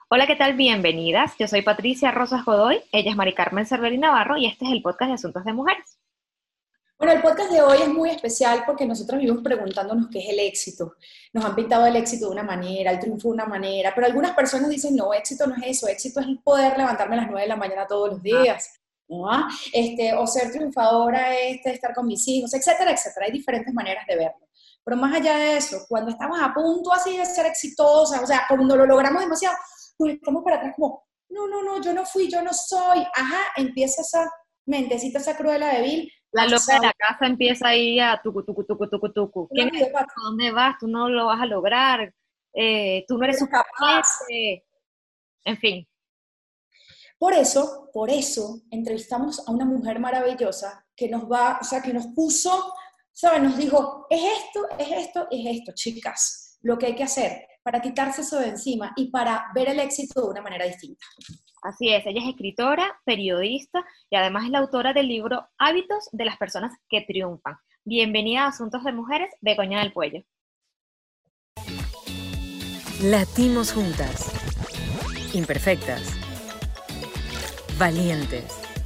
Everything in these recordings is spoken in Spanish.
Hola, ¿qué tal? Bienvenidas. Yo soy Patricia Rosas Godoy, ella es Mari Carmen Cerveri Navarro y este es el podcast de Asuntos de Mujeres. Bueno, el podcast de hoy es muy especial porque nosotros vivimos preguntándonos qué es el éxito. Nos han pintado el éxito de una manera, el triunfo de una manera, pero algunas personas dicen, no, éxito no es eso, éxito es el poder levantarme a las 9 de la mañana todos los Ah, días, ¿no? O ser triunfadora es estar con mis hijos, etcétera, etcétera. Hay diferentes maneras de verlo. Pero más allá de eso, cuando estamos a punto así de ser exitosa, o sea, cuando lo logramos demasiado, nos estamos para atrás como, no, no, no, yo no fui, yo no soy. Ajá, empieza esa mentecita, esa cruela de vil la a loca de la casa empieza ahí a tucu, tucu, tucu, tucu, tucu. ¿Quién eres rápido, tú? ¿A dónde vas? Tú no lo vas a lograr. Tú no no eres eres capaz. suficiente. En fin, Por eso, entrevistamos a una mujer maravillosa que nos va, o sea, que nos puso, ¿sabes? Nos dijo, es esto, chicas, lo que hay que hacer para quitarse eso de encima y para ver el éxito de una manera distinta. así es. Ella es escritora, periodista y además es la autora del libro Hábitos de las personas que triunfan. Bienvenida a Asuntos de Mujeres, Begoña del Puello. Latimos juntas, imperfectas, valientes,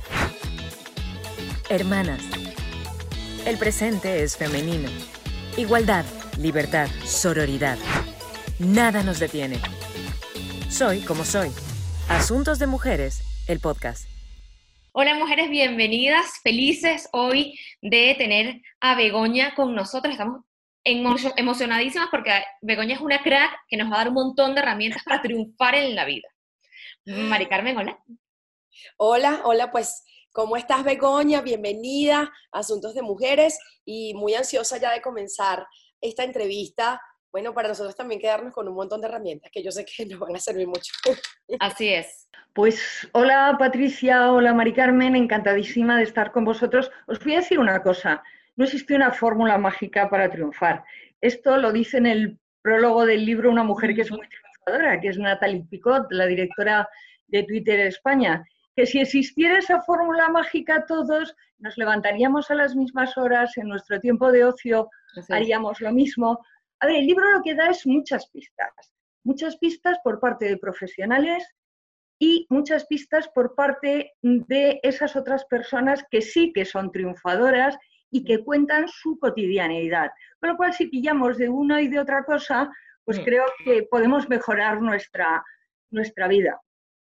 hermanas. El presente es femenino. Igualdad, libertad, sororidad. Nada nos detiene. Soy como soy. Asuntos de Mujeres, el podcast. Hola mujeres, bienvenidas, felices hoy de tener a Begoña con nosotros. Estamos emocionadísimas porque Begoña es una crack que nos va a dar un montón de herramientas para triunfar en la vida. Mari Carmen, hola. Hola, hola, pues, ¿cómo estás, Begoña? Bienvenida a Asuntos de Mujeres y muy ansiosa ya de comenzar esta entrevista. Bueno, para nosotros también quedarnos con un montón de herramientas que yo sé que nos van a servir mucho. Así es. Pues hola Patricia, hola Mari Carmen, encantadísima de estar con vosotros. Os voy a decir una cosa, no existe una fórmula mágica para triunfar. Esto lo dice en el prólogo del libro una mujer que es muy triunfadora, que es Natalie Picot, la directora de Twitter España, que si existiera esa fórmula mágica todos nos levantaríamos a las mismas horas, en nuestro tiempo de ocio haríamos lo mismo. A ver, el libro lo que da es muchas pistas por parte de profesionales y muchas pistas por parte de esas otras personas que sí que son triunfadoras y que cuentan su cotidianeidad. Con lo cual, si pillamos de una y de otra cosa, pues creo que podemos mejorar nuestra vida.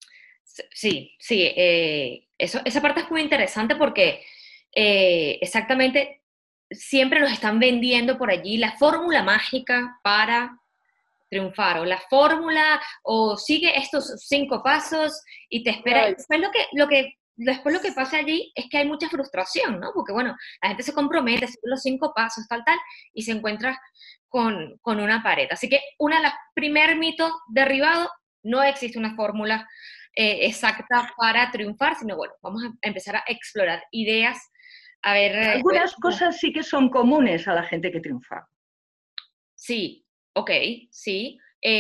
Sí, sí, esa parte es muy interesante porque exactamente siempre nos están vendiendo por allí la fórmula mágica para triunfar, o la fórmula, o sigue estos 5 pasos y te espera. Y Ay, después lo que pasa allí es que hay mucha frustración, ¿no? Porque, bueno, la gente se compromete, sigue los 5 pasos, tal, tal, y se encuentra con una pared. Así que uno de los primer mitos derribados, no existe una fórmula exacta para triunfar, sino, bueno, vamos a empezar a explorar ideas, a ver. Algunas cosas sí que son comunes a la gente que triunfa. Sí, ok, sí.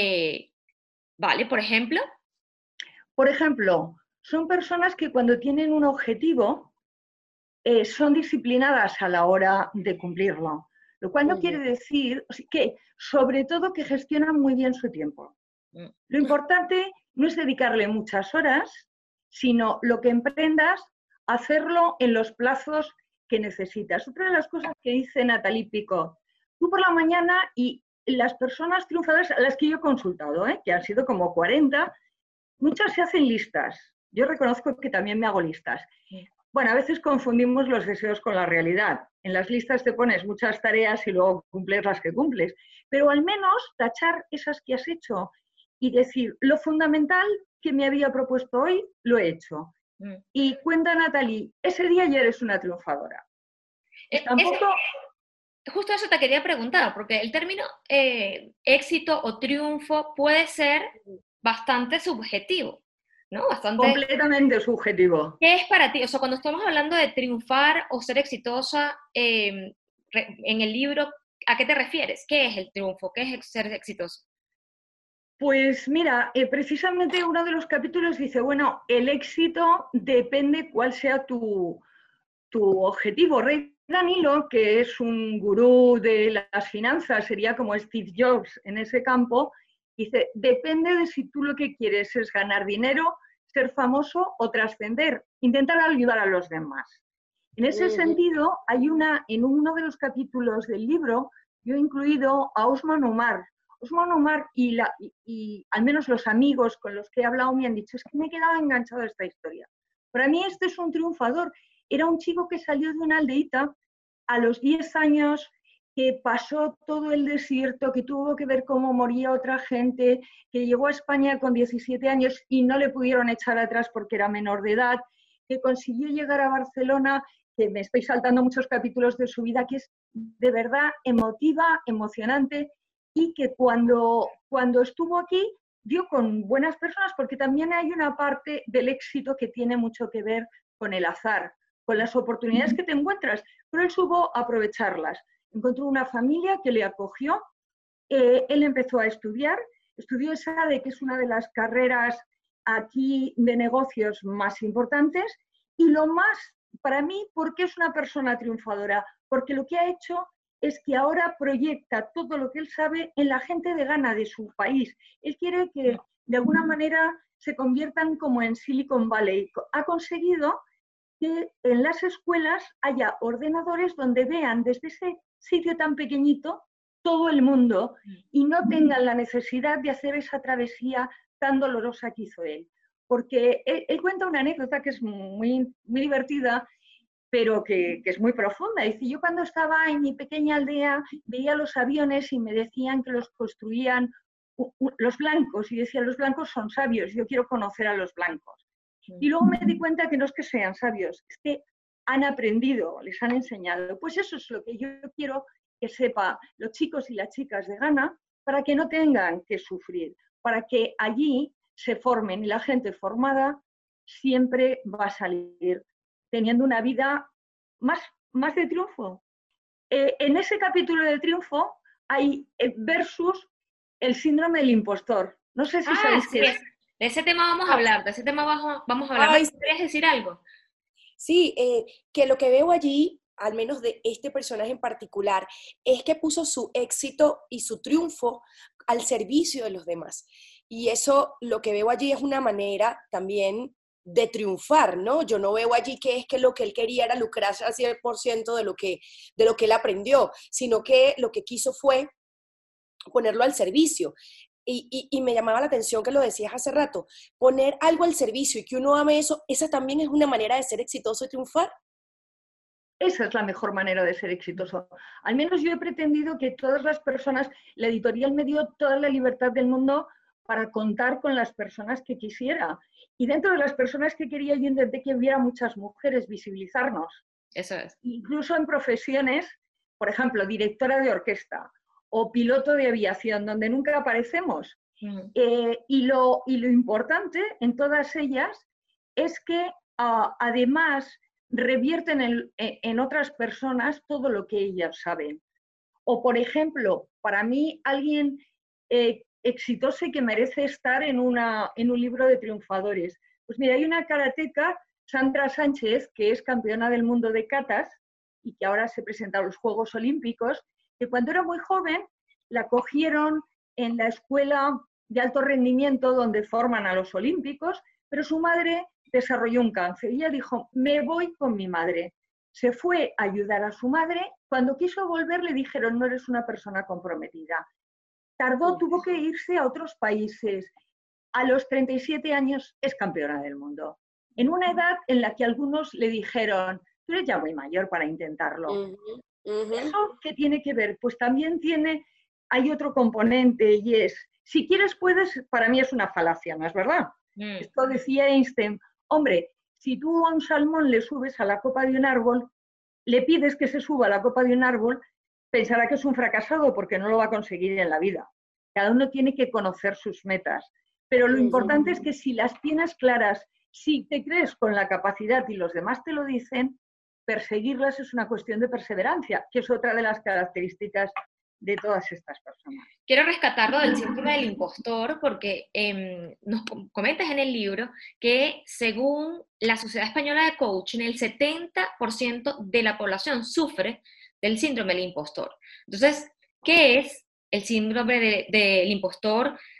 Vale, por ejemplo. Por ejemplo, son personas que cuando tienen un objetivo son disciplinadas a la hora de cumplirlo, lo cual no quiere decir que, sobre todo, que gestionan muy bien su tiempo. Mm. Lo importante no es dedicarle muchas horas, sino lo que emprendas, hacerlo en los plazos que necesitas. Otra de las cosas que dice Natalie Picot, tú por la mañana, y las personas triunfadoras a las que yo he consultado, que han sido como 40, muchas se hacen listas. Yo reconozco que también me hago listas. Bueno, a veces confundimos los deseos con la realidad. En las listas te pones muchas tareas y luego cumples las que cumples, pero al menos tachar esas que has hecho y decir, lo fundamental que me había propuesto hoy, lo he hecho. Mm. Y cuenta Natalie, ese día ya eres una triunfadora. Tampoco... Justo eso te quería preguntar, porque el término éxito o triunfo puede ser bastante subjetivo, ¿no? Bastante. Completamente subjetivo. ¿Qué es para ti? O sea, cuando estamos hablando de triunfar o ser exitosa en el libro, ¿a qué te refieres? ¿Qué es el triunfo? ¿Qué es ser exitoso? Pues mira, precisamente uno de los capítulos dice, bueno, el éxito depende cuál sea tu objetivo. Ray Danilo, que es un gurú de las finanzas, sería como Steve Jobs en ese campo, Dice, depende de si tú lo que quieres es ganar dinero, ser famoso o trascender, intentar ayudar a los demás. En ese sentido, en uno de los capítulos del libro, yo he incluido a Osman Omar. Osman Omar y al menos los amigos con los que he hablado me han dicho, es que me he quedado enganchado a esta historia. Para mí este es un triunfador. Era un chico que salió de una aldeíta a los 10 años, que pasó todo el desierto, que tuvo que ver cómo moría otra gente, que llegó a España con 17 años y no le pudieron echar atrás porque era menor de edad, que consiguió llegar a Barcelona, que me estoy saltando muchos capítulos de su vida, que es de verdad emotiva, emocionante, y que cuando estuvo aquí dio con buenas personas, porque también hay una parte del éxito que tiene mucho que ver con el azar, con las oportunidades que te encuentras, pero él supo aprovecharlas. Encontró una familia que le acogió, él empezó a estudiar, estudió SADE, que es una de las carreras aquí de negocios más importantes, y lo más, para mí, ¿por qué es una persona triunfadora? Porque lo que ha hecho es que ahora proyecta todo lo que él sabe en la gente de Ghana, de su país. Él quiere que de alguna manera se conviertan como en Silicon Valley. Ha conseguido que en las escuelas haya ordenadores donde vean desde ese sitio tan pequeñito todo el mundo y no tengan la necesidad de hacer esa travesía tan dolorosa que hizo él. Porque él cuenta una anécdota que es muy, muy divertida, pero que es muy profunda. Dice, yo cuando estaba en mi pequeña aldea veía los aviones y me decían que los construían los blancos, y decía, los blancos son sabios, yo quiero conocer a los blancos. Y luego me di cuenta que no es que sean sabios, es que han aprendido, les han enseñado. Pues eso es lo que yo quiero que sepa los chicos y las chicas de Ghana, para que no tengan que sufrir, para que allí se formen, y la gente formada siempre va a salir teniendo una vida más de triunfo. En ese capítulo de triunfo hay versus el síndrome del impostor. No sé si sabéis qué es. De ese tema vamos a hablar, vamos a hablar. Ay, ¿Quieres decir algo? Sí, que lo que veo allí, al menos de este personaje en particular, es que puso su éxito y su triunfo al servicio de los demás. Y eso, lo que veo allí es una manera también de triunfar, ¿no? Yo no veo allí que es que lo que él quería era lucrarse al 100% de lo que él aprendió, sino que lo que quiso fue ponerlo al servicio. Y me llamaba la atención que lo decías hace rato, poner algo al servicio y que uno ame eso, esa también es una manera de ser exitoso y triunfar. Esa es la mejor manera de ser exitoso. Al menos yo he pretendido que todas las personas, la editorial me dio toda la libertad del mundo para contar con las personas que quisiera. Y dentro de las personas que quería, yo intenté que hubiera muchas mujeres, visibilizarnos. Eso es. Incluso en profesiones, por ejemplo, directora de orquesta o piloto de aviación, donde nunca aparecemos. Y lo importante en todas ellas es que además revierten en otras personas todo lo que ellas saben. O, por ejemplo, para mí, alguien exitoso y que merece estar en un libro de triunfadores. Pues mira, hay una karateca, Sandra Sánchez, que es campeona del mundo de katas y que ahora se presenta a los Juegos Olímpicos, que cuando era muy joven la cogieron en la escuela de alto rendimiento donde forman a los olímpicos, pero su madre desarrolló un cáncer y ella dijo, me voy con mi madre. Se fue a ayudar a su madre. Cuando quiso volver le dijeron, no eres una persona comprometida. Tardó, tuvo que irse a otros países. A los 37 años es campeona del mundo. En una edad en la que algunos le dijeron, tú eres ya muy mayor para intentarlo. ¿Eso qué tiene que ver? Pues también hay otro componente y es, si quieres puedes, para mí es una falacia, ¿no es verdad? Esto decía Einstein, hombre, si tú a un salmón le subes a la copa de un árbol, le pides que se suba a la copa de un árbol, pensará que es un fracasado porque no lo va a conseguir en la vida. Cada uno tiene que conocer sus metas, pero lo importante es que si las tienes claras, si te crees con la capacidad y los demás te lo dicen, perseguirlas es una cuestión de perseverancia, que es otra de las características de todas estas personas. Quiero rescatarlo del síndrome del impostor porque nos comentas en el libro que según la Sociedad Española de Coaching, el 70% de la población sufre del síndrome del impostor. Entonces, ¿qué es el síndrome del impostor?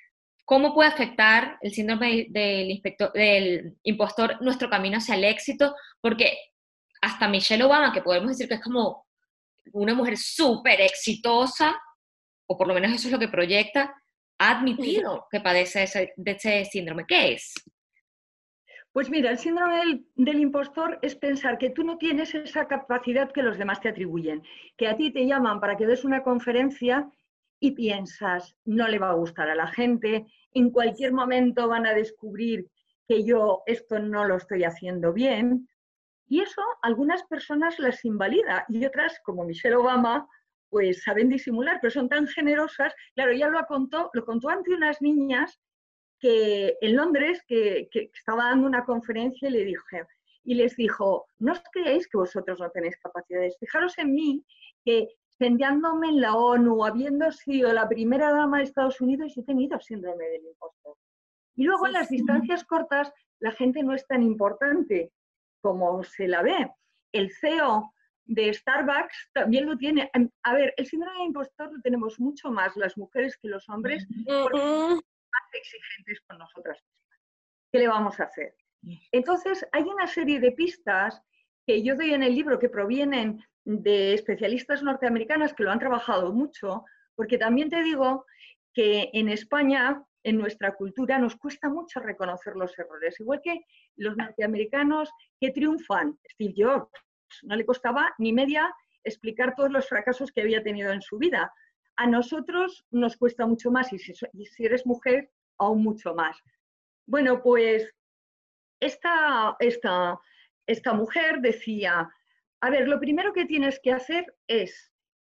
¿cómo puede afectar el síndrome del impostor nuestro camino hacia el éxito? Porque hasta Michelle Obama, que podemos decir que es como una mujer súper exitosa, o por lo menos eso es lo que proyecta, ha admitido que padece de ese síndrome. ¿Qué es? Pues mira, el síndrome del impostor es pensar que tú no tienes esa capacidad que los demás te atribuyen, que a ti te llaman para que des una conferencia y piensas, no le va a gustar a la gente, en cualquier momento van a descubrir que yo esto no lo estoy haciendo bien. Y eso a algunas personas las invalida y otras, como Michelle Obama, pues saben disimular, pero son tan generosas. Claro, ella lo contó ante unas niñas que en Londres, que estaba dando una conferencia y les dijo, no os creéis que vosotros no tenéis capacidades, fijaros en mí, que sentándome en la ONU, habiendo sido la primera dama de Estados Unidos, he tenido síndrome del impostor. Y luego en las distancias cortas la gente no es tan importante como se la ve. El CEO de Starbucks también lo tiene. A ver, el síndrome del impostor lo tenemos mucho más las mujeres que los hombres, porque somos más exigentes con nosotras mismas. ¿Qué le vamos a hacer? Entonces, hay una serie de pistas que yo doy en el libro que provienen de especialistas norteamericanas que lo han trabajado mucho, porque también te digo que en España, en nuestra cultura, nos cuesta mucho reconocer los errores, igual que los norteamericanos que triunfan. Steve Jobs no le costaba ni media explicar todos los fracasos que había tenido en su vida. A nosotros nos cuesta mucho más y si eres mujer, aún mucho más. Bueno, pues esta mujer decía, a ver, lo primero que tienes que hacer es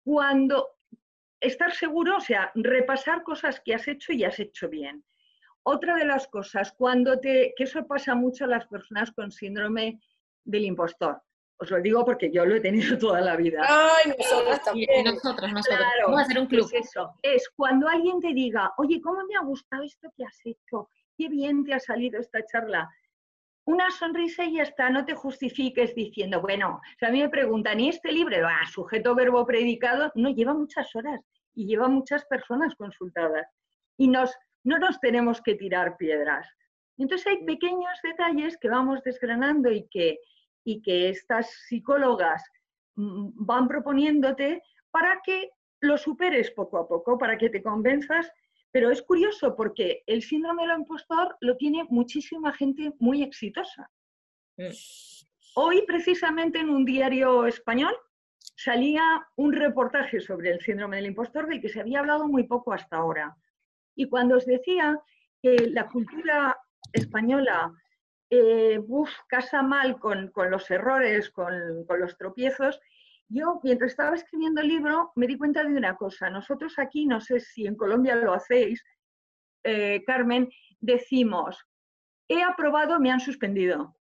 estar seguro, o sea, repasar cosas que has hecho y has hecho bien. Otra de las cosas, que eso pasa mucho a las personas con síndrome del impostor. Os lo digo porque yo lo he tenido toda la vida. Ay, nosotros también. Nosotros. Claro, vamos a hacer un club. Pues eso, es cuando alguien te diga, oye, ¿cómo me ha gustado esto que has hecho? Qué bien te ha salido esta charla. Una sonrisa y ya está, no te justifiques diciendo, bueno, o sea, a mí me preguntan, ¿y este libro? Sujeto, verbo, predicado, no, lleva muchas horas y lleva muchas personas consultadas. Y no nos tenemos que tirar piedras. Entonces hay pequeños detalles que vamos desgranando y que estas psicólogas van proponiéndote para que lo superes poco a poco, para que te convenzas. Pero es curioso porque el síndrome del impostor lo tiene muchísima gente muy exitosa. Hoy, precisamente, en un diario español, salía un reportaje sobre el síndrome del impostor del que se había hablado muy poco hasta ahora. Y cuando os decía que la cultura española casa mal con los errores, con los tropiezos, yo, mientras estaba escribiendo el libro, me di cuenta de una cosa. Nosotros aquí, no sé si en Colombia lo hacéis, Carmen, decimos, he aprobado, me han suspendido.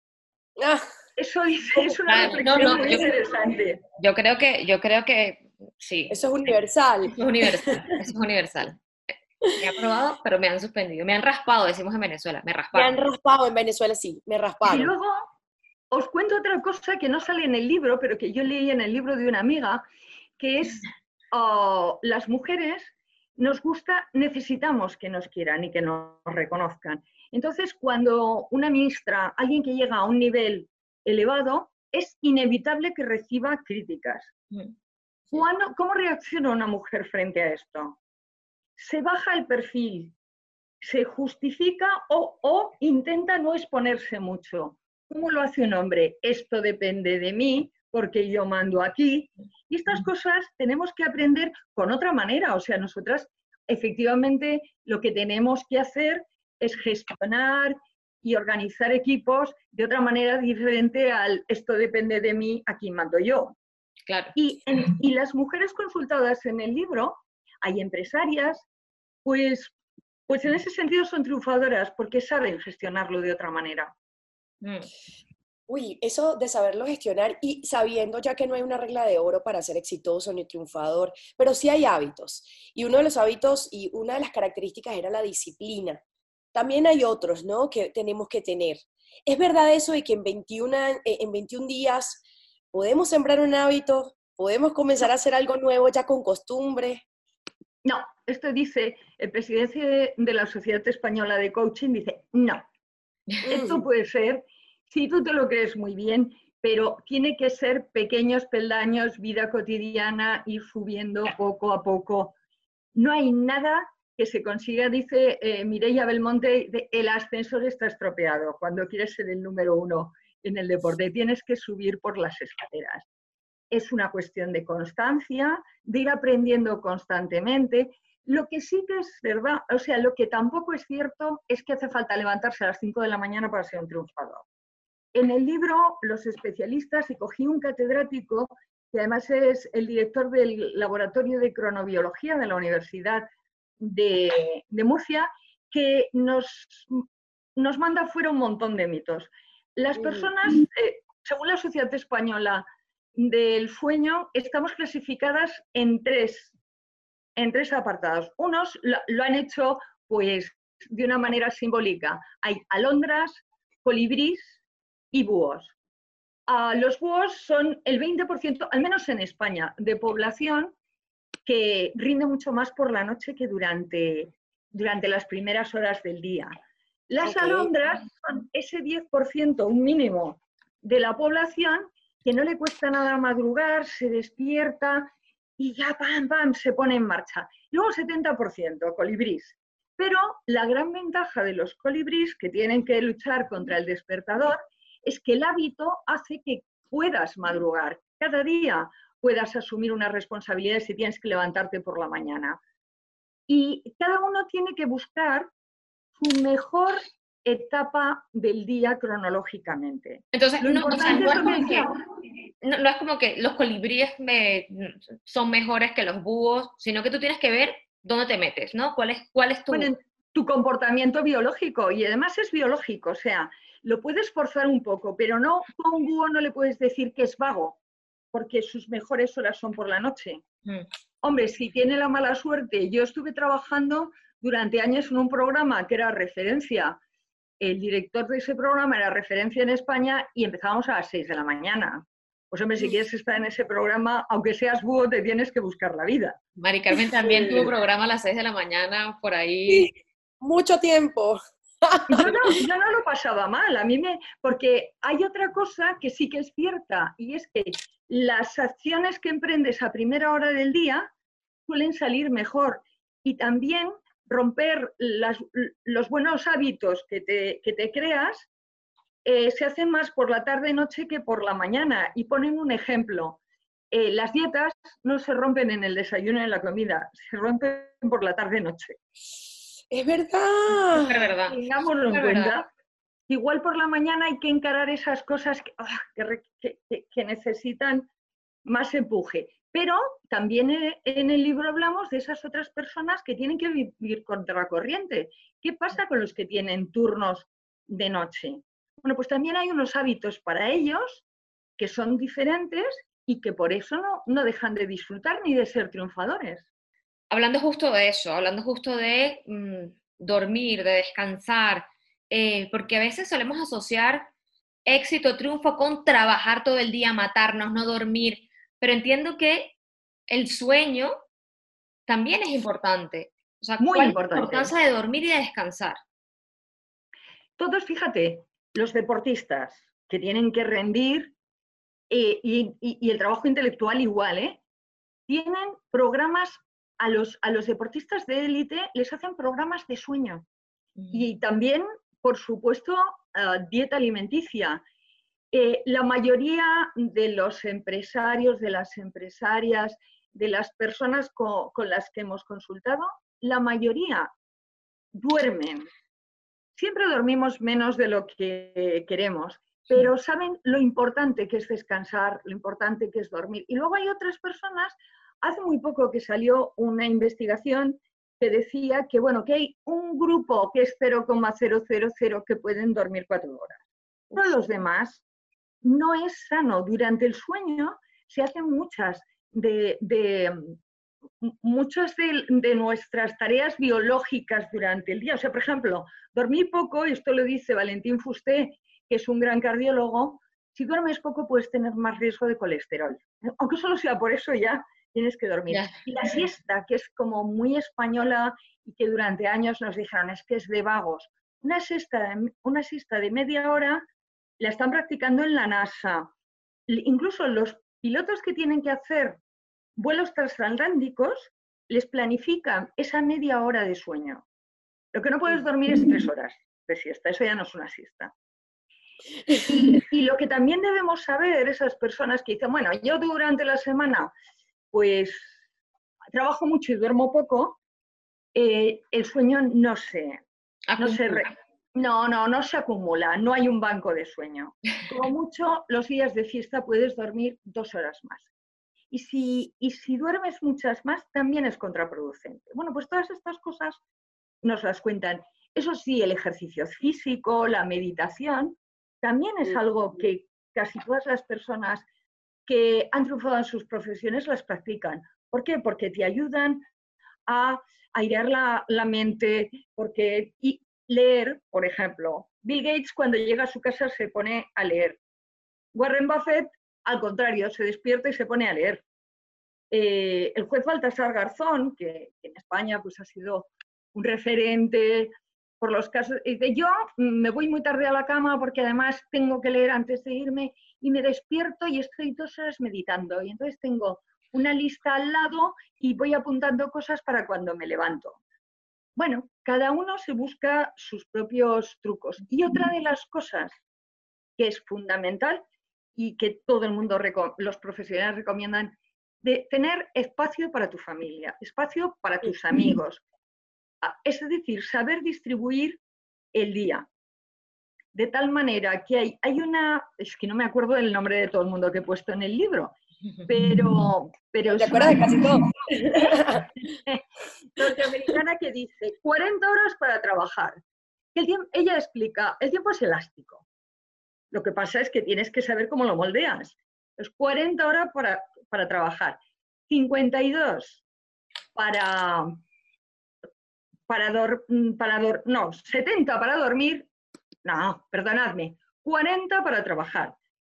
Eso es una reflexión muy interesante. Yo creo que sí. Eso es universal. Eso es universal. Me han aprobado, pero me han suspendido. Me han raspado, decimos en Venezuela. Me rasparon. Me han raspado en Venezuela, sí. Me rasparon. Y luego os cuento otra cosa que no sale en el libro, pero que yo leí en el libro de una amiga, que es las mujeres necesitamos que nos quieran y que nos reconozcan. Entonces, cuando una ministra, alguien que llega a un nivel elevado, es inevitable que reciba críticas. ¿Cómo reacciona una mujer frente a esto? Se baja el perfil, se justifica o intenta no exponerse mucho. ¿Cómo lo hace un hombre? Esto depende de mí, porque yo mando aquí. Y estas cosas tenemos que aprender con otra manera. O sea, nosotras, efectivamente, lo que tenemos que hacer es gestionar y organizar equipos de otra manera diferente al esto depende de mí, aquí mando yo. Claro. Y las mujeres consultadas en el libro, hay empresarias, pues en ese sentido son triunfadoras porque saben gestionarlo de otra manera. Uy, eso de saberlo gestionar y sabiendo ya que no hay una regla de oro para ser exitoso ni triunfador, pero sí hay hábitos. Y uno de los hábitos y una de las características era la disciplina. También hay otros, ¿no?, que tenemos que tener. ¿Es verdad eso de que en 21 días podemos sembrar un hábito? ¿Podemos comenzar a hacer algo nuevo ya con costumbre? No, esto dice, el presidente de la Sociedad Española de Coaching dice, no, esto puede ser, si tú te lo crees muy bien, pero tiene que ser pequeños peldaños, vida cotidiana, ir subiendo poco a poco. No hay nada que se consiga, dice Mireia Belmonte, el ascensor está estropeado cuando quieres ser el número 1 en el deporte. Tienes que subir por las escaleras. Es una cuestión de constancia, de ir aprendiendo constantemente. Lo que sí que es verdad, o sea, lo que tampoco es cierto es que hace falta levantarse a las 5 de la mañana para ser un triunfador. En el libro, los especialistas, y cogí un catedrático, que además es el director del Laboratorio de Cronobiología de la Universidad de Murcia, que nos manda fuera un montón de mitos. Las personas, según la Sociedad Española del Sueño, estamos clasificadas en tres apartados. Unos lo han hecho pues de una manera simbólica. Hay alondras, colibrís y búhos. Los búhos son el 20%, al menos en España, de población que rinde mucho más por la noche que durante las primeras horas del día. Las alondras son ese 10%, un mínimo, de la población que no le cuesta nada madrugar, se despierta y ya pam, pam, se pone en marcha. Luego 70%, colibrís. Pero la gran ventaja de los colibrís, que tienen que luchar contra el despertador, es que el hábito hace que puedas madrugar. Cada día puedas asumir una responsabilidad si tienes que levantarte por la mañana. Y cada uno tiene que buscar su mejor etapa del día cronológicamente. Entonces, no es como que los colibríes son mejores que los búhos, sino que tú tienes que ver dónde te metes, ¿no? ¿Cuál es tu... Bueno, tu comportamiento biológico, y además es biológico, o sea, lo puedes forzar un poco, pero no, a un búho no le puedes decir que es vago, porque sus mejores horas son por la noche. Hombre, si tiene la mala suerte, yo estuve trabajando durante años en un programa que era referencia. El director de ese programa era referencia en España y empezábamos a las 6 de la mañana. Pues hombre, si quieres estar en ese programa, aunque seas búho, te tienes que buscar la vida. Mari Carmen también tuvo programa a las 6 de la mañana, por ahí. Sí, mucho tiempo. Yo no lo pasaba mal, porque hay otra cosa que sí que es cierta, y es que las acciones que emprendes a primera hora del día suelen salir mejor. Y también romper los buenos hábitos que te creas se hacen más por la tarde-noche que por la mañana. Y ponen un ejemplo. Las dietas no se rompen en el desayuno y en la comida, se rompen por la tarde-noche. Es verdad. Es verdad. Tengámoslo en cuenta. Igual por la mañana hay que encarar esas cosas que necesitan más empuje. Pero también en el libro hablamos de esas otras personas que tienen que vivir contracorriente. ¿Qué pasa con los que tienen turnos de noche? Bueno, pues también hay unos hábitos para ellos que son diferentes y que por eso no dejan de disfrutar ni de ser triunfadores. Hablando justo de eso, hablando justo de dormir, de descansar, porque a veces solemos asociar éxito, triunfo con trabajar todo el día, matarnos, no dormir, pero entiendo que el sueño también es importante. O sea, muy importante. La importancia de dormir y de descansar. Todos, fíjate, los deportistas que tienen que rendir y el trabajo intelectual igual, tienen programas. A los deportistas de élite les hacen programas de sueño. Y también, por supuesto, dieta alimenticia. La mayoría de los empresarios, de las empresarias, de las personas con las que hemos consultado, la mayoría duermen. Siempre dormimos menos de lo que queremos, pero saben lo importante que es descansar, lo importante que es dormir. Y luego hay otras personas. Hace muy poco que salió una investigación que decía que, bueno, que hay un grupo que es 0,000 que pueden dormir 4 horas. Pero los demás no es sano. Durante el sueño se hacen muchas de nuestras tareas biológicas durante el día. O sea, por ejemplo, dormir poco, y esto lo dice Valentín Fusté, que es un gran cardiólogo, si duermes poco puedes tener más riesgo de colesterol. Aunque solo sea por eso ya tienes que dormir. Ya. Y la siesta, que es como muy española y que durante años nos dijeron, es que es de vagos. Una siesta de media hora la están practicando en la NASA. Incluso los pilotos que tienen que hacer vuelos transatlánticos les planifican esa media hora de sueño. Lo que no puedes dormir es 3 horas de siesta, eso ya no es una siesta. Y lo que también debemos saber, esas personas que dicen, bueno, yo durante la semana pues trabajo mucho y duermo poco, el sueño no se acumula, no hay un banco de sueño. Como mucho, los días de fiesta puedes dormir 2 horas más. Y si duermes muchas más, también es contraproducente. Bueno, pues todas estas cosas nos las cuentan. Eso sí, el ejercicio físico, la meditación, también es algo que casi todas las personas que han triunfado en sus profesiones las practican. ¿Por qué? Porque te ayudan a airear la mente, y leer, por ejemplo. Bill Gates cuando llega a su casa se pone a leer. Warren Buffett, al contrario, se despierta y se pone a leer. El juez Baltasar Garzón, que en España pues, ha sido un referente por los casos, dice, yo me voy muy tarde a la cama porque además tengo que leer antes de irme y me despierto y estoy 2 horas meditando y entonces tengo una lista al lado y voy apuntando cosas para cuando me levanto. Bueno, cada uno se busca sus propios trucos. Y otra de las cosas que es fundamental y que todo el mundo, los profesionales recomiendan, de tener espacio para tu familia, espacio para tus amigos. Es decir, saber distribuir el día. De tal manera que hay una, es que no me acuerdo del nombre de todo el mundo que he puesto en el libro, pero ¿Te acuerdas de casi todo? Norteamericana que dice 40 horas para trabajar. Ella explica, el tiempo es elástico. Lo que pasa es que tienes que saber cómo lo moldeas. Es 40 horas para trabajar, 52 70 para dormir, no, perdonadme, 40 para trabajar,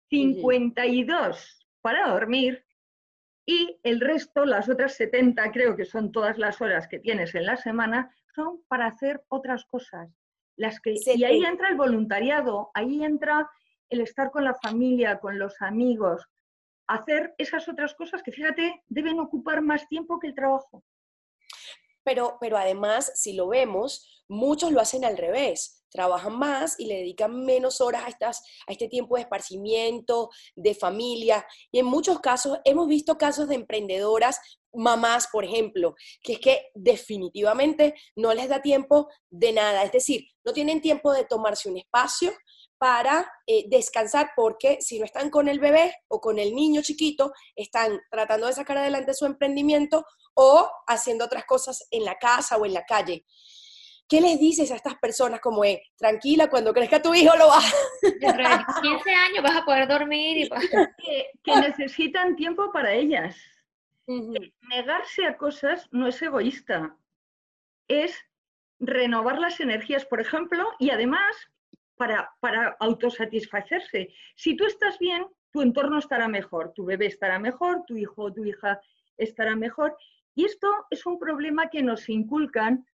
52 para dormir y el resto, las otras 70, creo que son todas las horas que tienes en la semana, son para hacer otras cosas. Y ahí entra el voluntariado, ahí entra el estar con la familia, con los amigos, hacer esas otras cosas que, fíjate, deben ocupar más tiempo que el trabajo. Pero además, si lo vemos, muchos lo hacen al revés. Trabajan más y le dedican menos horas a este tiempo de esparcimiento, de familia. Y en muchos casos, hemos visto casos de emprendedoras, mamás, por ejemplo, que es que definitivamente no les da tiempo de nada. Es decir, no tienen tiempo de tomarse un espacio para descansar, porque si no están con el bebé o con el niño chiquito, están tratando de sacar adelante su emprendimiento o haciendo otras cosas en la casa o en la calle. ¿Qué les dices a estas personas como tranquila, cuando crezca tu hijo lo vas? Dentro de 15 años vas a poder dormir. Que necesitan tiempo para ellas. Negarse a cosas no es egoísta, es renovar las energías, por ejemplo, y además para autosatisfacerse. Si tú estás bien, tu entorno estará mejor, tu bebé estará mejor, tu hijo o tu hija estará mejor. Y esto es un problema que nos inculcan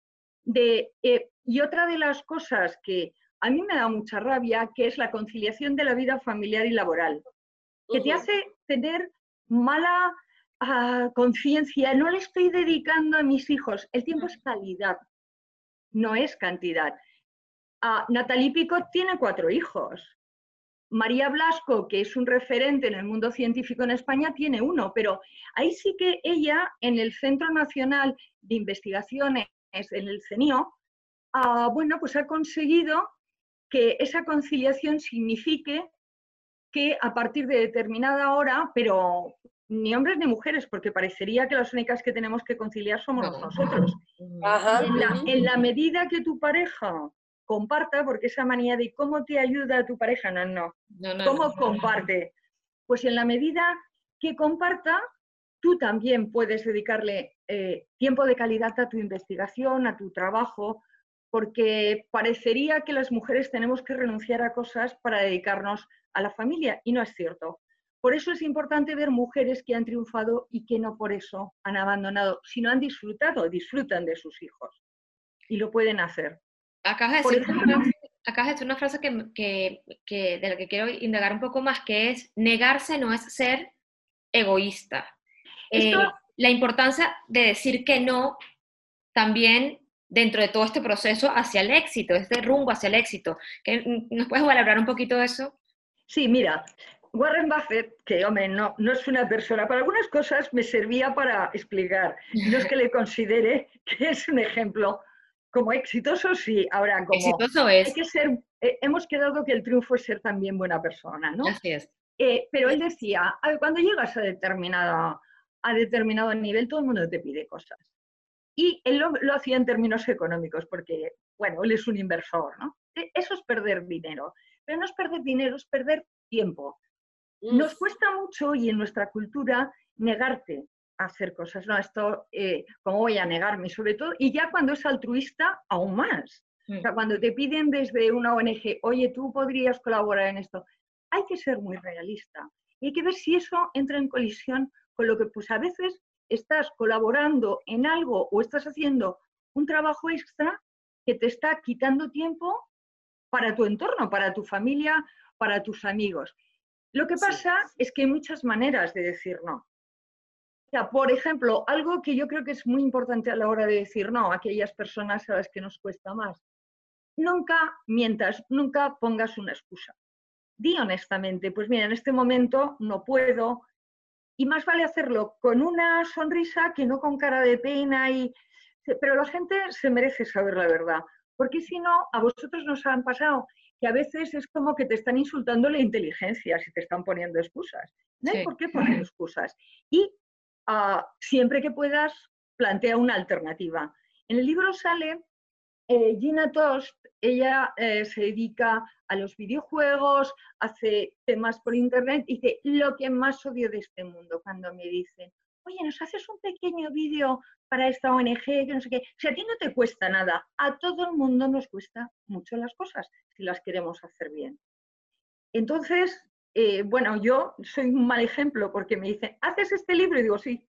y otra de las cosas que a mí me da mucha rabia, que es la conciliación de la vida familiar y laboral, que te hace tener mala conciencia. No le estoy dedicando a mis hijos. El tiempo es calidad, no es cantidad. Natalie Picot tiene 4 hijos. María Blasco, que es un referente en el mundo científico en España, tiene 1, pero ahí sí que ella, en el Centro Nacional de Investigaciones, en el CENIO, pues ha conseguido que esa conciliación signifique que a partir de determinada hora, pero ni hombres ni mujeres, porque parecería que las únicas que tenemos que conciliar somos nosotros. Ajá. En la medida que tu pareja comparta, porque esa manía de cómo te ayuda a tu pareja, no. ¿Cómo comparte? Pues en la medida que comparta, tú también puedes dedicarle tiempo de calidad a tu investigación, a tu trabajo, porque parecería que las mujeres tenemos que renunciar a cosas para dedicarnos a la familia, y no es cierto. Por eso es importante ver mujeres que han triunfado y que no por eso han abandonado, sino han disfrutado, disfrutan de sus hijos y lo pueden hacer. Acabas Por de decir ejemplo, una frase de la que quiero indagar un poco más, que es negarse no es ser egoísta. esto La importancia de decir que no también dentro de todo este proceso hacia el éxito, este rumbo hacia el éxito. ¿Nos puedes valorar un poquito de eso? Sí, mira, Warren Buffett, que hombre, no es una persona, para algunas cosas me servía para explicar, y no es que le considere que es un ejemplo como exitoso, sí, ahora como Exitoso es. hay que ser, hemos quedado que el triunfo es ser también buena persona, ¿no? Así es. Pero él decía, cuando llegas a determinado nivel, todo el mundo te pide cosas. Y él lo hacía en términos económicos, porque, bueno, él es un inversor, ¿no? Eso es perder dinero. Pero no es perder dinero, es perder tiempo. Nos cuesta mucho, y en nuestra cultura, negarte a hacer cosas. No, esto, ¿cómo voy a negarme? Sobre todo, y ya cuando es altruista, aún más. O sea, cuando te piden desde una ONG, oye, tú podrías colaborar en esto, hay que ser muy realista. Y hay que ver si eso entra en colisión con lo que, pues a veces, estás colaborando en algo o estás haciendo un trabajo extra que te está quitando tiempo para tu entorno, para tu familia, para tus amigos. Lo que pasa es que hay muchas maneras de decir no. O sea, por ejemplo, algo que yo creo que es muy importante a la hora de decir no a aquellas personas a las que nos cuesta más. Nunca mientas, nunca pongas una excusa. Di honestamente, pues mira, en este momento no puedo, y más vale hacerlo con una sonrisa que no con cara de pena. Pero la gente se merece saber la verdad, porque si no, a vosotros nos han pasado que a veces es como que te están insultando la inteligencia si te están poniendo excusas. No hay por qué poner excusas. Y siempre que puedas, plantea una alternativa. En el libro sale Gina Tost, ella se dedica a los videojuegos, hace temas por internet, y dice, lo que más odio de este mundo, cuando me dicen, oye, ¿nos haces un pequeño vídeo para esta ONG? Que no sé qué. Si a ti no te cuesta nada, a todo el mundo nos cuesta mucho las cosas, si las queremos hacer bien. Entonces, bueno, yo soy un mal ejemplo, porque me dicen, ¿haces este libro? Y digo, sí.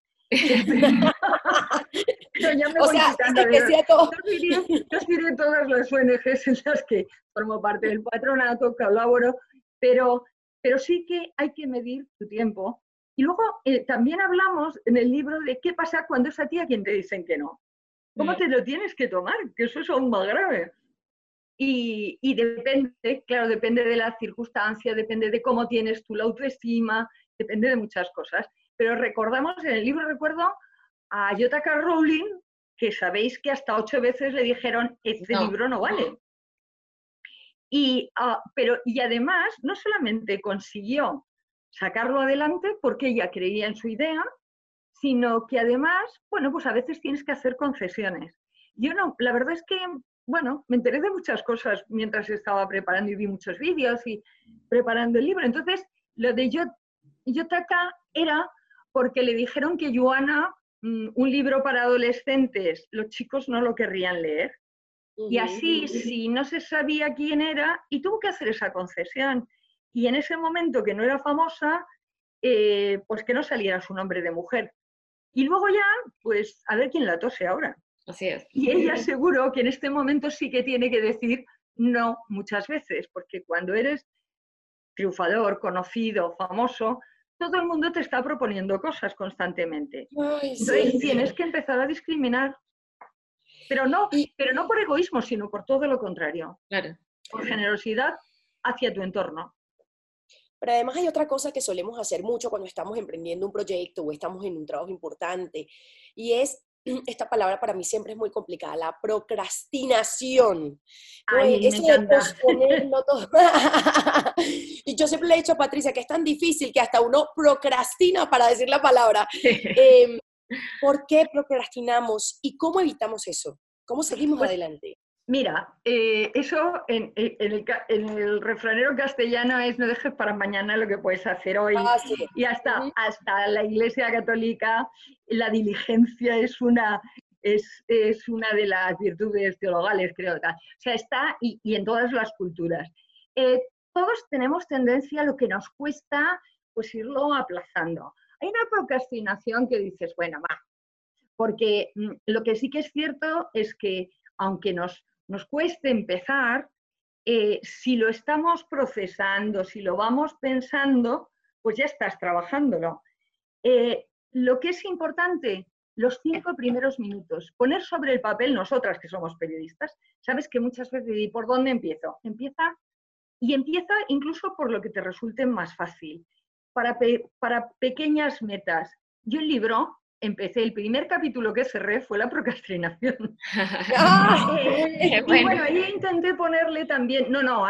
Pero ya me voy quitando yo diré todas las ONGs en las que formo parte del patronato, colaboro, pero sí que hay que medir tu tiempo. Y luego también hablamos en el libro de qué pasa cuando es a ti a quien te dicen que no. ¿Cómo te lo tienes que tomar? Que eso es aún más grave. Y depende, claro, depende de la circunstancia, depende de cómo tienes tú la autoestima, depende de muchas cosas. Pero recordamos, en el libro recuerdo a J.K. Rowling, que sabéis que hasta 8 veces le dijeron, este libro no vale. Y además, no solamente consiguió sacarlo adelante porque ella creía en su idea, sino que además, bueno, pues a veces tienes que hacer concesiones. Yo no, la verdad es que, bueno, me enteré de muchas cosas mientras estaba preparando y vi muchos vídeos y preparando el libro. Entonces, lo de J.K. era porque le dijeron que Joanna, un libro para adolescentes, los chicos no lo querrían leer. Y así, si no se sabía quién era, y tuvo que hacer esa concesión. Y en ese momento que no era famosa, pues que no saliera su nombre de mujer. Y luego ya, pues a ver quién la tose ahora. Así es. Y ella seguro que en este momento sí que tiene que decir no muchas veces, porque cuando eres triunfador, conocido, famoso, todo el mundo te está proponiendo cosas constantemente. Entonces tienes que empezar a discriminar. Pero no por egoísmo, sino por todo lo contrario. Claro. Por generosidad hacia tu entorno. Pero además hay otra cosa que solemos hacer mucho cuando estamos emprendiendo un proyecto o estamos en un trabajo importante, y es, esta palabra para mí siempre es muy complicada, la procrastinación. Ay, eso de posponerlo todo. Y yo siempre le he dicho a Patricia que es tan difícil que hasta uno procrastina para decir la palabra. ¿Por qué procrastinamos y cómo evitamos eso? ¿Cómo seguimos adelante? Mira, eso en el refranero castellano es no dejes para mañana lo que puedes hacer hoy. Sí. Y hasta la Iglesia Católica, la diligencia es una de las virtudes teologales, creo. O sea, está y en todas las culturas. Todos tenemos tendencia a lo que nos cuesta, pues irlo aplazando. Hay una procrastinación que dices, bueno, va, porque lo que sí que es cierto es que aunque nos cueste empezar, si lo estamos procesando, si lo vamos pensando, pues ya estás trabajándolo. Lo que es importante, los 5 primeros minutos, poner sobre el papel, nosotras que somos periodistas, sabes que muchas veces, ¿y por dónde empiezo? Empieza incluso por lo que te resulte más fácil, para pequeñas metas. Yo el libro, empecé, el primer capítulo que cerré fue la procrastinación. Y bueno, ahí intenté ponerle también,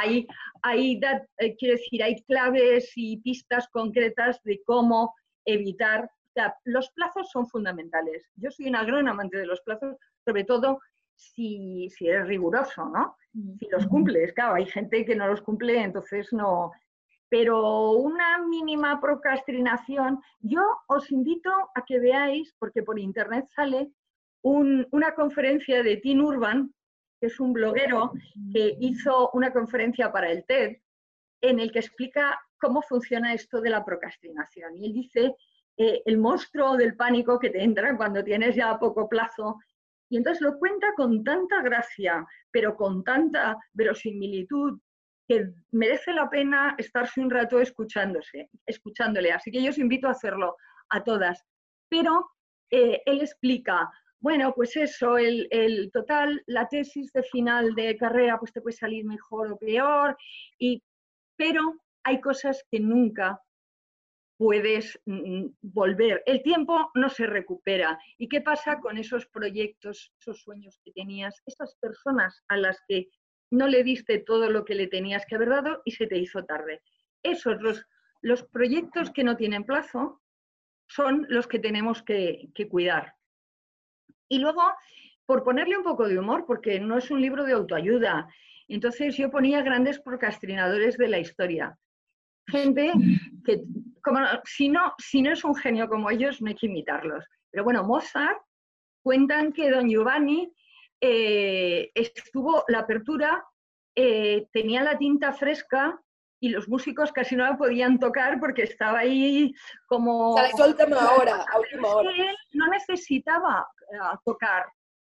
quiero decir, hay claves y pistas concretas de cómo evitar. O sea, los plazos son fundamentales. Yo soy una gran amante de los plazos, sobre todo si eres riguroso, ¿no? Si los cumples, claro, hay gente que no los cumple, entonces no. Pero una mínima procrastinación, yo os invito a que veáis, porque por internet sale una conferencia de Tim Urban, que es un bloguero que hizo una conferencia para el TED, en el que explica cómo funciona esto de la procrastinación. Y él dice el monstruo del pánico que te entra cuando tienes ya poco plazo. Y entonces lo cuenta con tanta gracia, pero con tanta verosimilitud, que merece la pena estarse un rato escuchándole. Así que yo os invito a hacerlo a todas. Pero él explica, bueno, pues eso, el total, la tesis de final de carrera pues te puede salir mejor o peor, pero hay cosas que nunca puedes volver. El tiempo no se recupera. ¿Y qué pasa con esos proyectos, esos sueños que tenías, esas personas a las que no le diste todo lo que le tenías que haber dado y se te hizo tarde? Esos, los proyectos que no tienen plazo, son los que tenemos que cuidar. Y luego, por ponerle un poco de humor, porque no es un libro de autoayuda, entonces yo ponía grandes procrastinadores de la historia. Gente que, si no es un genio como ellos, no hay que imitarlos. Pero bueno, Mozart, cuentan que don Giovanni estuvo, la apertura, tenía la tinta fresca y los músicos casi no la podían tocar porque estaba ahí como... A la última hora. Él no necesitaba tocar,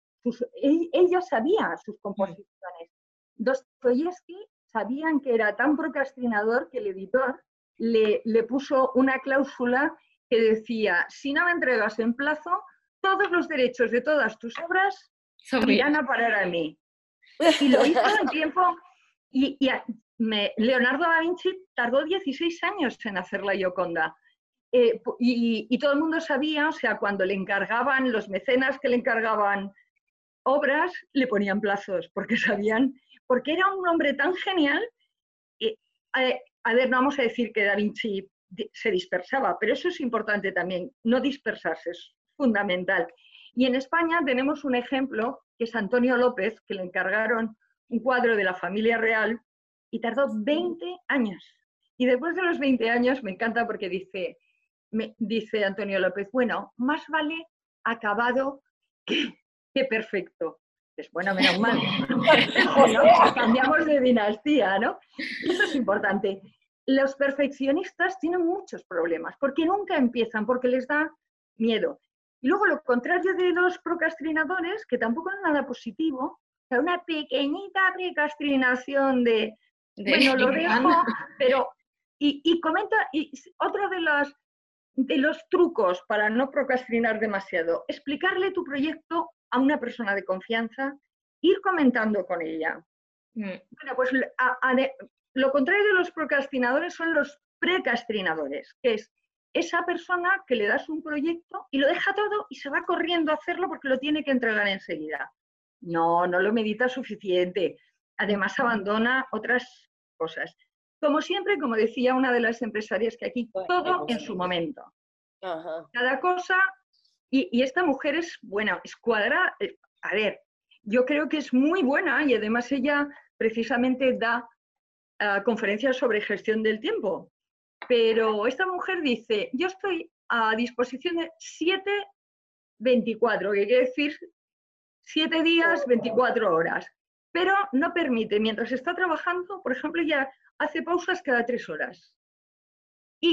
ella sabía sus composiciones. Dostoyevsky sabían que era tan procrastinador que el editor le puso una cláusula que decía, si no me entregas en plazo, todos los derechos de todas tus obras irán a parar a mí. Y lo hizo en tiempo, Leonardo da Vinci tardó 16 años en hacer la Gioconda. Y todo el mundo sabía, o sea, cuando le encargaban, los mecenas que le encargaban obras, le ponían plazos, porque sabían, porque era un hombre tan genial. A ver, no vamos a decir que Da Vinci se dispersaba, pero eso es importante también, no dispersarse, es fundamental. Y en España tenemos un ejemplo, que es Antonio López, que le encargaron un cuadro de la familia real y tardó 20 años. Y después de los 20 años, me encanta porque dice Antonio López, bueno, más vale acabado que perfecto. Pues bueno, menos mal. Bueno, cambiamos de dinastía, ¿no? Eso es importante. Los perfeccionistas tienen muchos problemas, porque nunca empiezan, porque les da miedo. Y luego lo contrario de los procrastinadores, que tampoco es nada positivo, o sea, una pequeñita procrastinación bueno, lo dejo, pero... Y comenta, y otro de los trucos para no procrastinar demasiado, explicarle tu proyecto a una persona de confianza, ir comentando con ella. Bueno, pues lo contrario de los procrastinadores son los precastrinadores, que es esa persona que le das un proyecto y lo deja todo y se va corriendo a hacerlo porque lo tiene que entregar enseguida. No lo medita suficiente. Además abandona otras cosas. Como siempre, como decía una de las empresarias que aquí, todo en su momento. Ajá. Cada cosa, y esta mujer es buena, es cuadrada. A ver, yo creo que es muy buena y además ella precisamente da conferencias sobre gestión del tiempo. Pero esta mujer dice, yo estoy a disposición de 7/24, que quiere decir 7 días, 24 horas. Pero no permite, mientras está trabajando, por ejemplo, ya hace pausas cada 3 horas. Y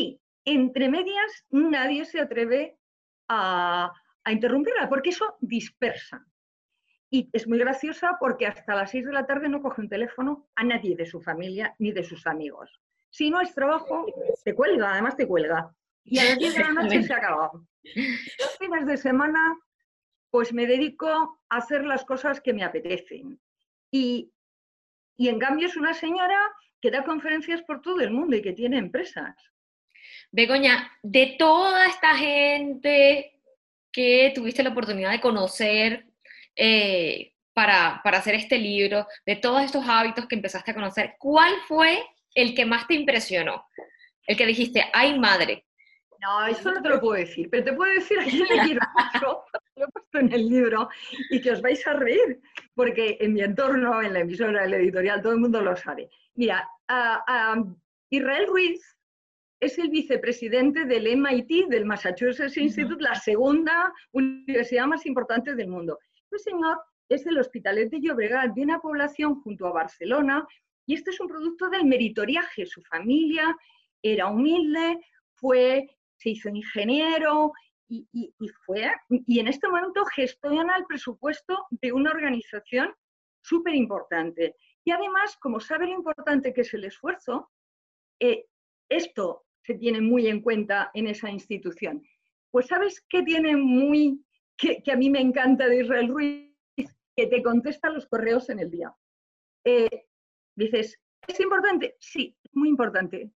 entre medias nadie se atreve a interrumpirla, porque eso dispersa. Y es muy graciosa porque hasta las 6 de la tarde no coge un teléfono a nadie de su familia ni de sus amigos. Si no es trabajo, te cuelga, además te cuelga. Y a las 10 de la noche se ha acabado. Los fines de semana, pues me dedico a hacer las cosas que me apetecen. Y en cambio es una señora que da conferencias por todo el mundo y que tiene empresas. Begoña, de toda esta gente que tuviste la oportunidad de conocer para hacer este libro, de todos estos hábitos que empezaste a conocer, ¿cuál fue el que más te impresionó? El que dijiste, ¡ay, madre! No, eso no te lo puedo decir, pero te puedo decir a quién le quiero mucho, lo he puesto en el libro, y que os vais a reír, porque en mi entorno, en la emisora, en la editorial, todo el mundo lo sabe. Mira, Israel Ruiz es el vicepresidente del MIT, del Massachusetts Institute, la segunda universidad más importante del mundo. Este señor es del Hospitalet de Llobregat, de una población junto a Barcelona, y este es un producto del meritoriaje. Su familia era humilde, se hizo ingeniero y en este momento gestiona el presupuesto de una organización súper importante. Y además, como sabe lo importante que es el esfuerzo, esto se tiene muy en cuenta en esa institución. Pues ¿sabes qué tiene que a mí me encanta de Israel Ruiz? Que te contesta los correos en el día. Dices, ¿es importante? Sí, es muy importante.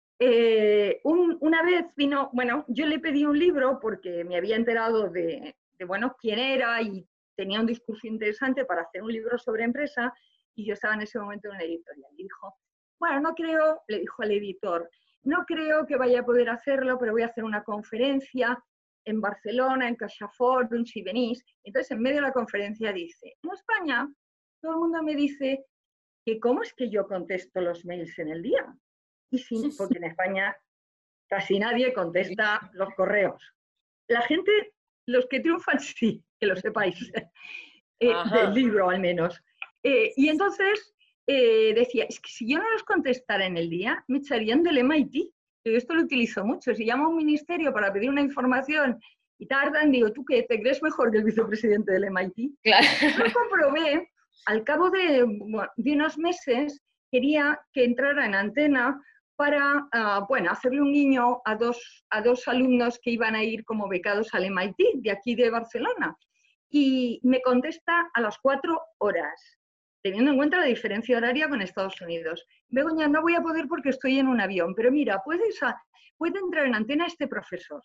Una vez vino, bueno, yo le pedí un libro porque me había enterado de quién era y tenía un discurso interesante para hacer un libro sobre empresa, y yo estaba en ese momento en una editorial. Y dijo, bueno, no creo, le dijo al editor, no creo que vaya a poder hacerlo, pero voy a hacer una conferencia en Barcelona, en CaixaForum, si venís. Entonces, en medio de la conferencia dice, en España, todo el mundo me dice que cómo es que yo contesto los mails en el día. Y sí, porque en España casi nadie contesta los correos. La gente, los que triunfan, sí, que lo sepáis, del libro al menos. Y entonces decía, es que si yo no los contestara en el día, me echarían del MIT. Yo esto lo utilizo mucho. Si llamo a un ministerio para pedir una información y tardan, digo, ¿tú qué? ¿Te crees mejor que el vicepresidente del MIT? Claro. Lo comprobé, al cabo de unos meses, quería que entrara en Antena para hacerle un guiño a dos alumnos que iban a ir como becados al MIT, de aquí de Barcelona. Y me contesta a las 4 horas, teniendo en cuenta la diferencia horaria con Estados Unidos. Begoña, no voy a poder porque estoy en un avión, pero mira, puede entrar en Antena este profesor.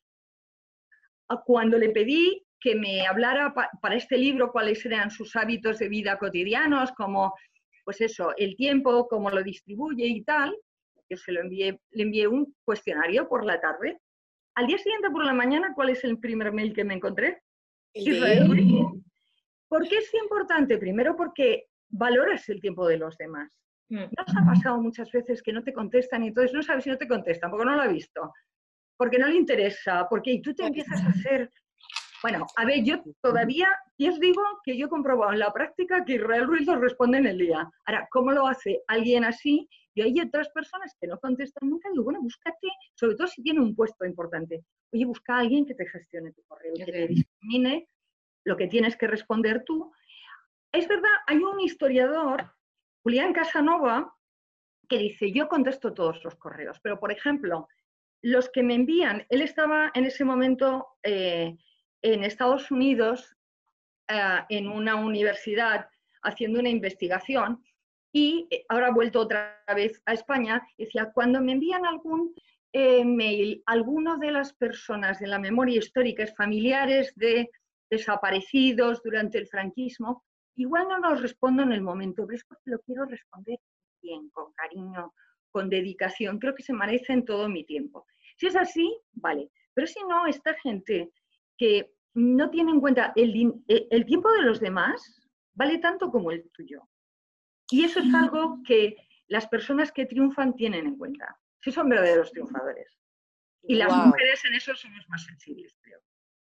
Cuando le pedí que me hablara para este libro cuáles eran sus hábitos de vida cotidianos, como, pues eso, el tiempo, cómo lo distribuye y tal, yo le envié un cuestionario por la tarde. Al día siguiente por la mañana, ¿cuál es el primer mail que me encontré? Israel Ruiz. ¿Por qué es importante? Primero porque valoras el tiempo de los demás. ¿No os ha pasado muchas veces que no te contestan y entonces no sabes si no te contestan porque no lo ha visto? Porque no le interesa, porque tú te empiezas a hacer... Bueno, a ver, yo todavía, y os digo que yo he comprobado en la práctica que Israel Ruiz lo responde en el día. Ahora, ¿cómo lo hace alguien así? Y hay otras personas que no contestan nunca. Digo, bueno, búscate, sobre todo si tiene un puesto importante. Oye, busca a alguien que te gestione tu correo, que te discrimine lo que tienes que responder tú. Es verdad, hay un historiador, Julián Casanova, que dice, yo contesto todos los correos, pero por ejemplo, los que me envían, él estaba en ese momento en Estados Unidos, en una universidad, haciendo una investigación, y ahora ha vuelto otra vez a España, y decía, cuando me envían algún mail, alguno de las personas de la memoria histórica, familiares de desaparecidos durante el franquismo, igual no los respondo en el momento, pero es porque lo quiero responder bien, con cariño, con dedicación, creo que se merecen todo mi tiempo. Si es así, vale, pero si no, esta gente que no tiene en cuenta el tiempo de los demás, vale tanto como el tuyo. Y eso es algo que las personas que triunfan tienen en cuenta. Sí son verdaderos triunfadores. Y las mujeres en eso somos más sensibles, creo.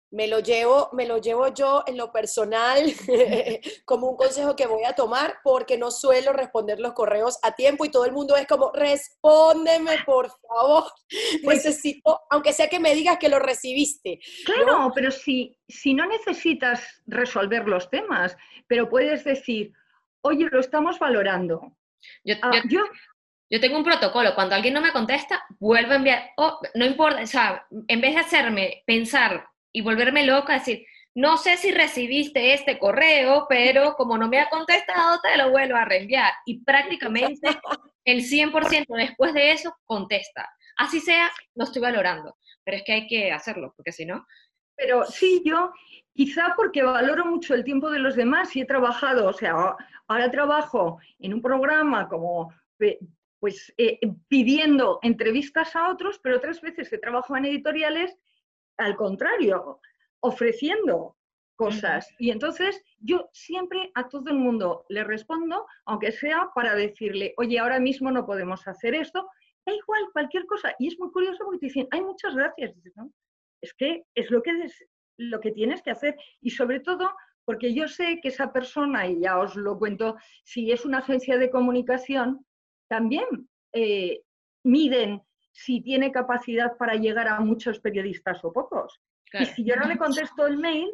me lo llevo yo en lo personal como un consejo que voy a tomar, porque no suelo responder los correos a tiempo y todo el mundo es como, respóndeme por favor, Pues, necesito, aunque sea que me digas que lo recibiste, claro, ¿no? pero si no necesitas resolver los temas, pero puedes decir, oye, lo estamos valorando. Yo, yo, yo tengo un protocolo, cuando alguien no me contesta, vuelvo a enviar, no importa, o sea, en vez de hacerme pensar y volverme loca, decir, no sé si recibiste este correo, pero como no me ha contestado, te lo vuelvo a reenviar. Y prácticamente el 100% después de eso contesta. Así sea, lo estoy valorando, pero es que hay que hacerlo, porque si no... Pero sí, yo quizá porque valoro mucho el tiempo de los demás y he trabajado, o sea, ahora trabajo en un programa como, pues, pidiendo entrevistas a otros, pero otras veces he trabajado en editoriales, al contrario, ofreciendo cosas. Y entonces yo siempre a todo el mundo le respondo, aunque sea para decirle, oye, ahora mismo no podemos hacer esto, da igual, cualquier cosa. Y es muy curioso porque te dicen, ay, muchas gracias. Dices, ¿no? Es que es lo que tienes que hacer. Y sobre todo porque yo sé que esa persona, y ya os lo cuento, si es una agencia de comunicación, también miden si tiene capacidad para llegar a muchos periodistas o pocos. Claro. Y si yo no le contesto el mail,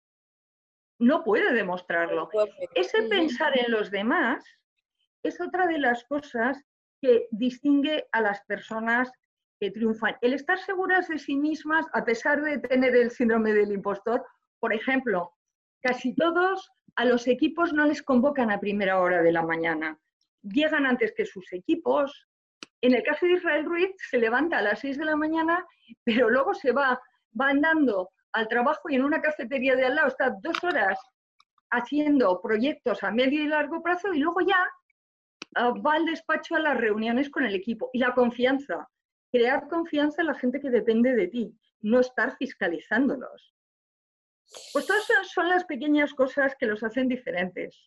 no puede demostrarlo. Ese pensar en los demás es otra de las cosas que distingue a las personas que triunfan. El estar seguras de sí mismas, a pesar de tener el síndrome del impostor, por ejemplo, casi todos a los equipos no les convocan a primera hora de la mañana. Llegan antes que sus equipos. En el caso de Israel Ruiz, se levanta a las 6 de la mañana, pero luego se va andando al trabajo y en una cafetería de al lado está 2 horas haciendo proyectos a medio y largo plazo y luego ya va al despacho a las reuniones con el equipo. Y la confianza, crear confianza en la gente que depende de ti, no estar fiscalizándolos. Pues todas son las pequeñas cosas que los hacen diferentes.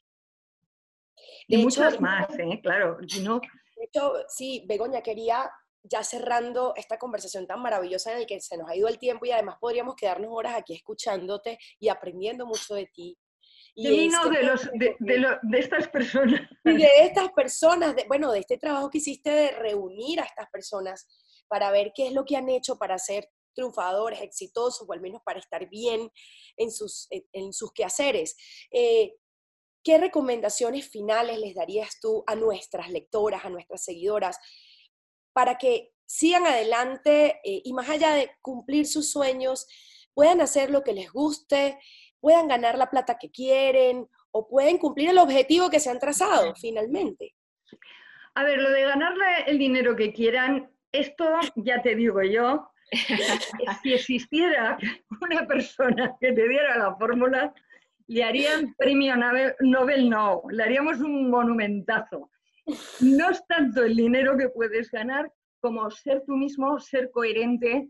Y muchas más, claro. No. De hecho, sí, Begoña, quería, ya cerrando esta conversación tan maravillosa en la que se nos ha ido el tiempo y además podríamos quedarnos horas aquí escuchándote y aprendiendo mucho de ti. Y de mí no, de estas personas. Y de estas personas, bueno, de este trabajo que hiciste de reunir a estas personas para ver qué es lo que han hecho para ser triunfadores, exitosos, o al menos para estar bien en sus quehaceres. ¿Qué recomendaciones finales les darías tú a nuestras lectoras, a nuestras seguidoras, para que sigan adelante y más allá de cumplir sus sueños, puedan hacer lo que les guste, puedan ganar la plata que quieren o pueden cumplir el objetivo que se han trazado finalmente? A ver, lo de ganarle el dinero que quieran, esto ya te digo yo, si existiera una persona que te diera la fórmula, le harían premio Nobel, no, le haríamos un monumentazo. No es tanto el dinero que puedes ganar como ser tú mismo, ser coherente,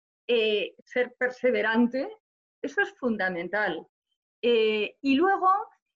ser perseverante, eso es fundamental. Y luego,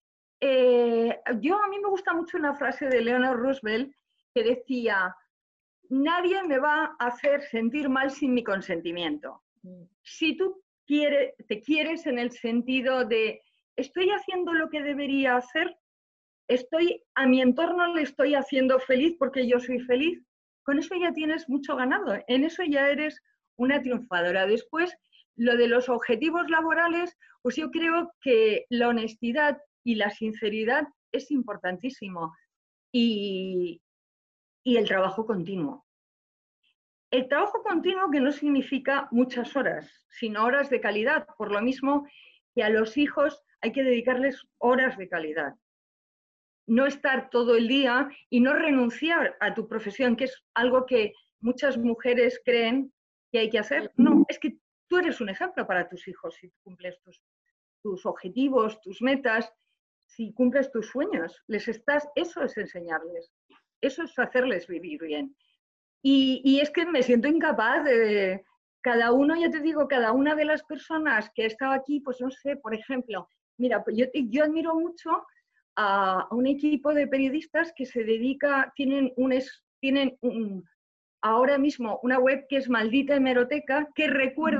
a mí me gusta mucho una frase de Eleanor Roosevelt que decía, nadie me va a hacer sentir mal sin mi consentimiento. Si tú te quieres en el sentido de estoy haciendo lo que debería hacer, a mi entorno le estoy haciendo feliz porque yo soy feliz, con eso ya tienes mucho ganado, en eso ya eres una triunfadora. Después, lo de los objetivos laborales, pues yo creo que la honestidad y la sinceridad es importantísimo y el trabajo continuo. El trabajo continuo que no significa muchas horas, sino horas de calidad, por lo mismo que a los hijos hay que dedicarles horas de calidad. No estar todo el día y no renunciar a tu profesión, que es algo que muchas mujeres creen que hay que hacer. No, es que tú eres un ejemplo para tus hijos si cumples tus objetivos, tus metas, si cumples tus sueños. Eso es enseñarles, eso es hacerles vivir bien. Y es que me siento incapaz de... Cada uno, ya te digo, cada una de las personas que ha estado aquí, pues no sé, por ejemplo, mira, pues yo admiro mucho a un equipo de periodistas que se dedica, tienen ahora mismo una web que es Maldita Hemeroteca, que recuerdan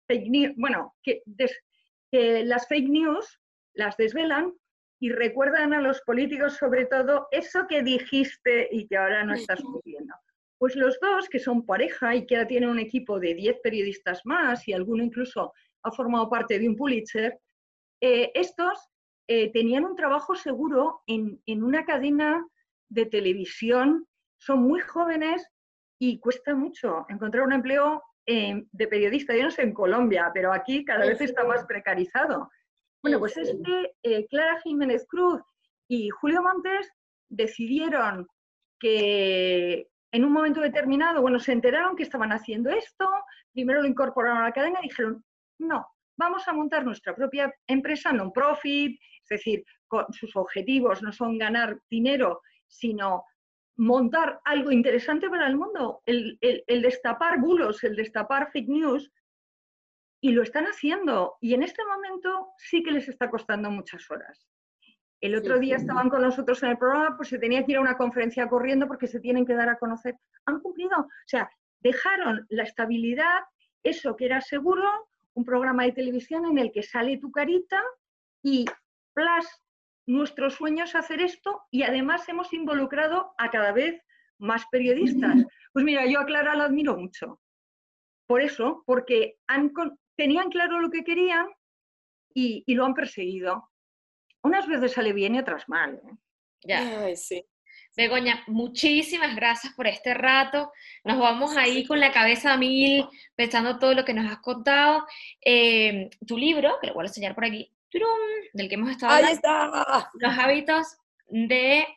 fake news, bueno, que las fake news las desvelan y recuerdan a los políticos sobre todo eso que dijiste y que ahora no estás cumpliendo. Pues los dos, que son pareja y que ahora tienen un equipo de 10 periodistas más y alguno incluso ha formado parte de un Pulitzer, estos tenían un trabajo seguro en una cadena de televisión, son muy jóvenes y cuesta mucho encontrar un empleo de periodista. Yo no sé en Colombia, pero aquí cada vez está más precarizado. Bueno, pues Clara Jiménez Cruz y Julio Montes decidieron que en un momento determinado, bueno, se enteraron que estaban haciendo esto, primero lo incorporaron a la cadena y dijeron, no, vamos a montar nuestra propia empresa non-profit, es decir, sus objetivos no son ganar dinero, sino montar algo interesante para el mundo, el destapar bulos, el destapar fake news, y lo están haciendo. Y en este momento sí que les está costando muchas horas. El otro día estaban con nosotros en el programa, pues se tenía que ir a una conferencia corriendo porque se tienen que dar a conocer. Han cumplido, o sea, dejaron la estabilidad, eso que era seguro, un programa de televisión en el que sale tu carita y nuestro sueño es hacer esto y además hemos involucrado a cada vez más periodistas. Pues mira, yo a Clara la admiro mucho. Por eso, porque tenían claro lo que querían y lo han perseguido. Unas veces sale bien y otras mal, ¿eh? Ya. Ay, sí. Begoña, muchísimas gracias por este rato. Nos vamos ahí con la cabeza a mil, pensando todo lo que nos has contado. Tu libro, que lo voy a enseñar por aquí, ¡turum!, del que hemos estado ¡Ahí hablando, está! Los hábitos de...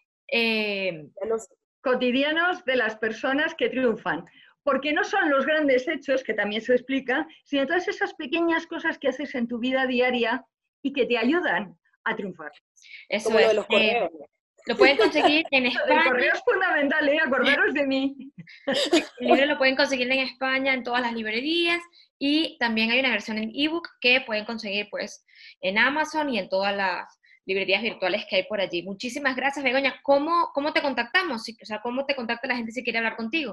cotidianos de las personas que triunfan. Porque no son los grandes hechos, que también se explica, sino todas esas pequeñas cosas que haces en tu vida diaria y que te ayudan a triunfar. Eso Como es. lo de los correos. Lo pueden conseguir en España. El correo es fundamental, acordaros de mí. El libro lo pueden conseguir en España en todas las librerías y también hay una versión en ebook que pueden conseguir pues en Amazon y en todas las librerías virtuales que hay por allí. Muchísimas gracias, Begoña. ¿Cómo te contactamos? O sea, ¿cómo te contacta la gente si quiere hablar contigo?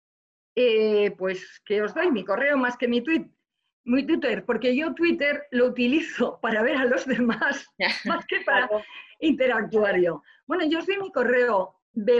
Pues que os doy mi correo más que mi Twitter, porque yo Twitter lo utilizo para ver a los demás, más que para interactuar yo. Bueno, yo os doy mi correo,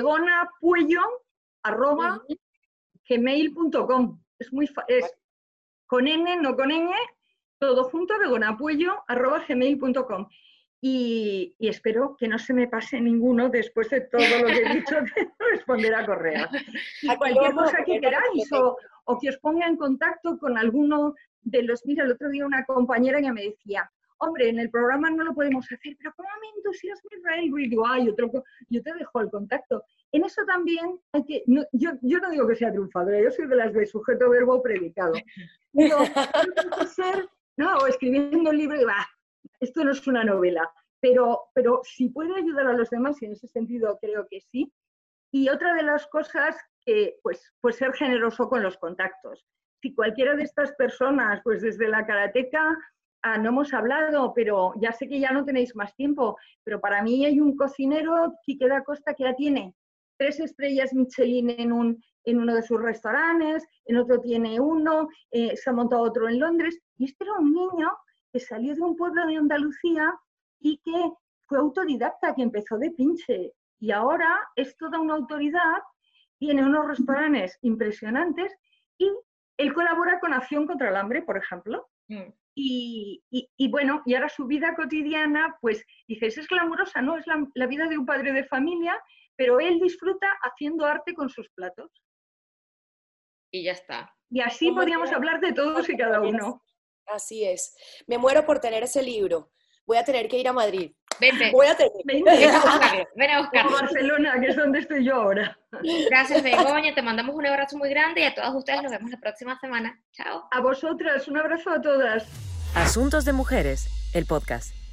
begonapuello@gmail.com. Es con N, no con ñ, todo junto, begonapuello@gmail.com. Y espero que no se me pase ninguno después de todo lo que he dicho de responder a correos. Y cualquier cosa que queráis o que os ponga en contacto con alguno de los... Mira, el otro día una compañera que me decía, hombre, en el programa no lo podemos hacer, pero ¿cómo me entusiasma Israel Ruiz? Digo, yo te dejo el contacto. En eso también hay que... No, yo no digo que sea triunfadora, yo soy de las de sujeto, verbo, predicado. Digo, tengo que ser, no, o escribiendo un libro y va. Esto no es una novela, pero si puede ayudar a los demás, y en ese sentido creo que sí. Y otra de las cosas, pues ser generoso con los contactos. Si cualquiera de estas personas, pues desde la Karateka, no hemos hablado, pero ya sé que ya no tenéis más tiempo, pero para mí hay un cocinero, Quique da Costa, que ya tiene 3 estrellas Michelin en uno de sus restaurantes, en otro tiene 1, se ha montado otro en Londres, y este era un niño que salió de un pueblo de Andalucía y que fue autodidacta, que empezó de pinche y ahora es toda una autoridad, tiene unos restaurantes impresionantes y él colabora con Acción contra el Hambre, por ejemplo. Y bueno, y ahora su vida cotidiana, pues dices, es glamurosa, ¿no? Es la vida de un padre de familia, pero él disfruta haciendo arte con sus platos. Y ya está. Y así podríamos hablar de todos y cada uno. Así es. Me muero por tener ese libro. Voy a tener que ir a Madrid. Vente. Voy a tener. Ven a buscarlo. A Barcelona, que es donde estoy yo ahora. Gracias, Begoña. Te mandamos un abrazo muy grande y a todas ustedes nos vemos la próxima semana. Chao. A vosotras, un abrazo a todas. Asuntos de Mujeres, el podcast.